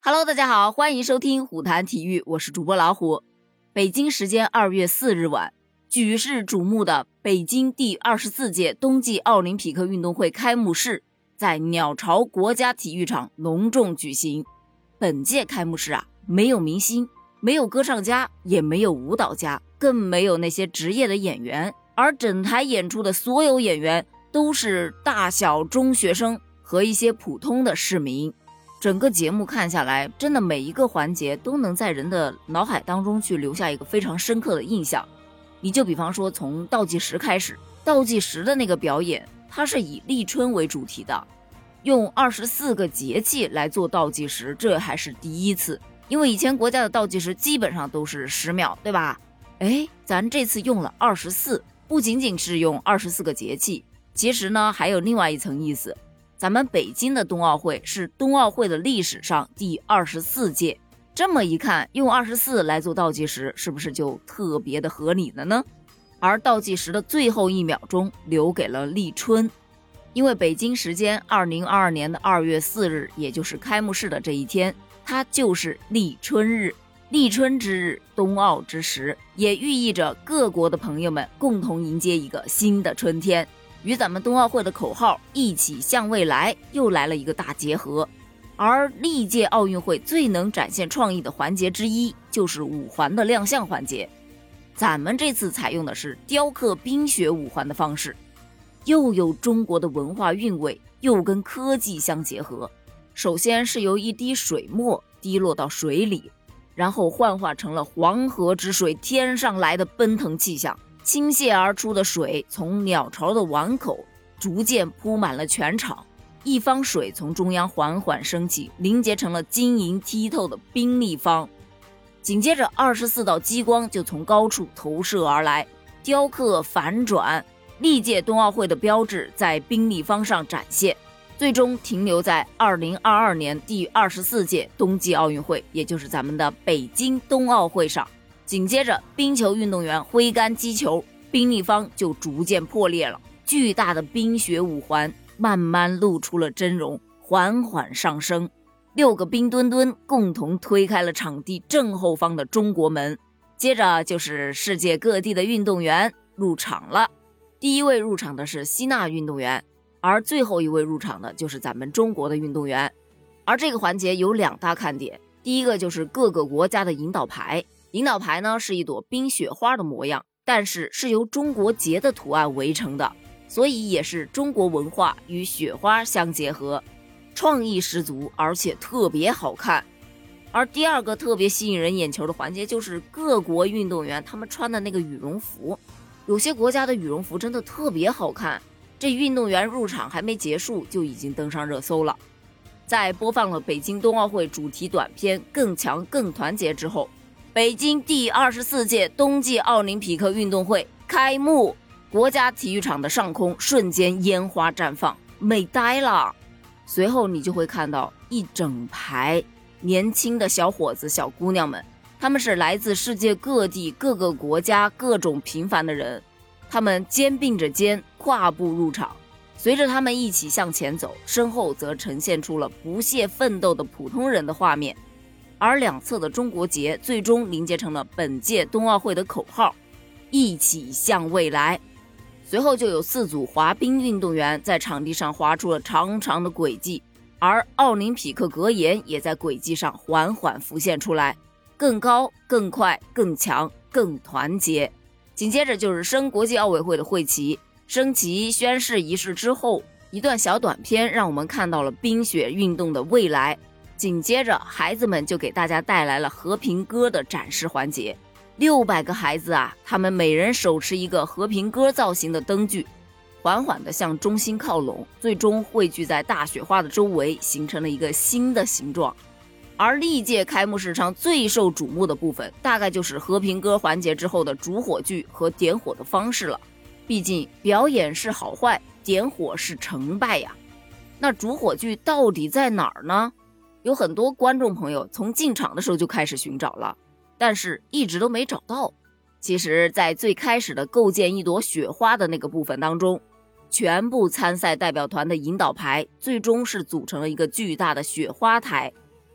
Hello， 大家好，欢迎收听虎谈体育，我是主播老虎。北京时间2月4日晚，举世瞩目的北京第24届冬季奥林匹克运动会开幕式在鸟巢国家体育场隆重举行。本届开幕式没有明星，没有歌唱家，也没有舞蹈家，更没有那些职业的演员，而整台演出的所有演员都是大小中学生和一些普通的市民。整个节目看下来，真的每一个环节都能在人的脑海当中去留下一个非常深刻的印象。你就比方说从倒计时开始，倒计时的那个表演，它是以立春为主题的，用24个节气来做倒计时，这还是第一次。因为以前国家的倒计时基本上都是10秒，对吧？咱这次用了24，不仅仅是用24个节气，其实呢还有另外一层意思。咱们北京的冬奥会是冬奥会的历史上第24届，这么一看，用24来做倒计时，是不是就特别的合理了呢？而倒计时的最后1秒钟留给了立春，因为北京时间2022年的2月4日，也就是开幕式的这一天，它就是立春日。立春之日，冬奥之时，也寓意着各国的朋友们共同迎接一个新的春天，与咱们冬奥会的口号一起向未来又来了一个大结合。而历届奥运会最能展现创意的环节之一就是五环的亮相环节，咱们这次采用的是雕刻冰雪五环的方式，又有中国的文化韵味，又跟科技相结合。首先是由一滴水墨滴落到水里，然后幻化成了黄河之水天上来的奔腾气象，倾泻而出的水从鸟巢的碗口逐渐铺满了全场，一方水从中央缓缓升起，凝结成了晶莹剔透的冰立方。紧接着24道激光就从高处投射而来，雕刻反转，历届冬奥会的标志在冰立方上展现，最终停留在2022年第24届冬季奥运会，也就是咱们的北京冬奥会上。紧接着冰球运动员挥杆击球，冰立方就逐渐破裂了，巨大的冰雪五环慢慢露出了真容，缓缓上升，6个冰墩墩共同推开了场地正后方的中国门。接着就是世界各地的运动员入场了，第一位入场的是希腊运动员，而最后一位入场的就是咱们中国的运动员。而这个环节有2大看点，第一个就是各个国家的引导牌，引导牌呢是一朵冰雪花的模样，但是是由中国结的图案围成的，所以也是中国文化与雪花相结合，创意十足，而且特别好看。而第二个特别吸引人眼球的环节就是各国运动员他们穿的那个羽绒服，有些国家的羽绒服真的特别好看，这运动员入场还没结束就已经登上热搜了。在播放了北京冬奥会主题短片更强更团结之后，北京第24届冬季奥林匹克运动会开幕，国家体育场的上空瞬间烟花绽放，美呆了。随后你就会看到一整排年轻的小伙子小姑娘们，他们是来自世界各地各个国家各种平凡的人，他们肩并着肩跨步入场，随着他们一起向前走，身后则呈现出了不懈奋斗的普通人的画面。而两侧的中国结最终凝结成了本届冬奥会的口号，一起向未来。随后就有4组滑冰运动员在场地上滑出了长长的轨迹，而奥林匹克格言也在轨迹上缓缓浮现出来，更高更快更强更团结。紧接着就是升国际奥委会的会旗，升旗宣誓仪式之后，一段小短片让我们看到了冰雪运动的未来。紧接着孩子们就给大家带来了和平鸽的展示环节，600个孩子他们每人手持一个和平鸽造型的灯具，缓缓地向中心靠拢，最终汇聚在大雪花的周围，形成了一个新的形状。而历届开幕式上最受瞩目的部分，大概就是和平鸽环节之后的主火炬和点火的方式了。毕竟表演是好坏，点火是成败呀。那主火炬到底在哪儿呢？有很多观众朋友从进场的时候就开始寻找了，但是一直都没找到。其实在最开始的构建一朵雪花的那个部分当中，全部参赛代表团的引导牌最终是组成了一个巨大的雪花台，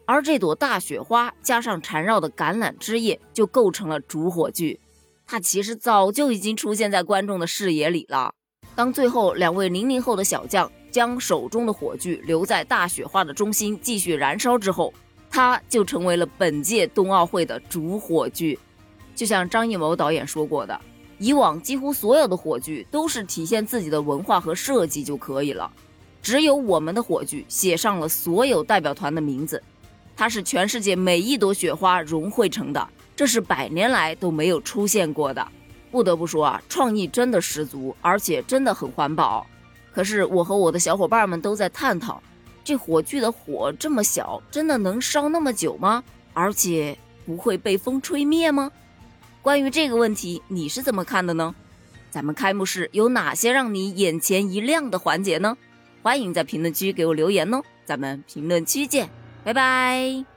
而这朵大雪花加上缠绕的橄榄枝叶，就构成了主火炬。它其实早就已经出现在观众的视野里了。当最后2位00后的小将将手中的火炬留在大雪花的中心继续燃烧之后，它就成为了本届冬奥会的主火炬。就像张艺谋导演说过的，以往几乎所有的火炬都是体现自己的文化和设计就可以了，只有我们的火炬写上了所有代表团的名字，它是全世界每一朵雪花融汇成的，这是100年来都没有出现过的。不得不说啊，创意真的十足，而且真的很环保。可是我和我的小伙伴们都在探讨，这火炬的火这么小，真的能烧那么久吗？而且不会被风吹灭吗？关于这个问题，你是怎么看的呢？咱们开幕式有哪些让你眼前一亮的环节呢？欢迎在评论区给我留言哦，咱们评论区见，拜拜。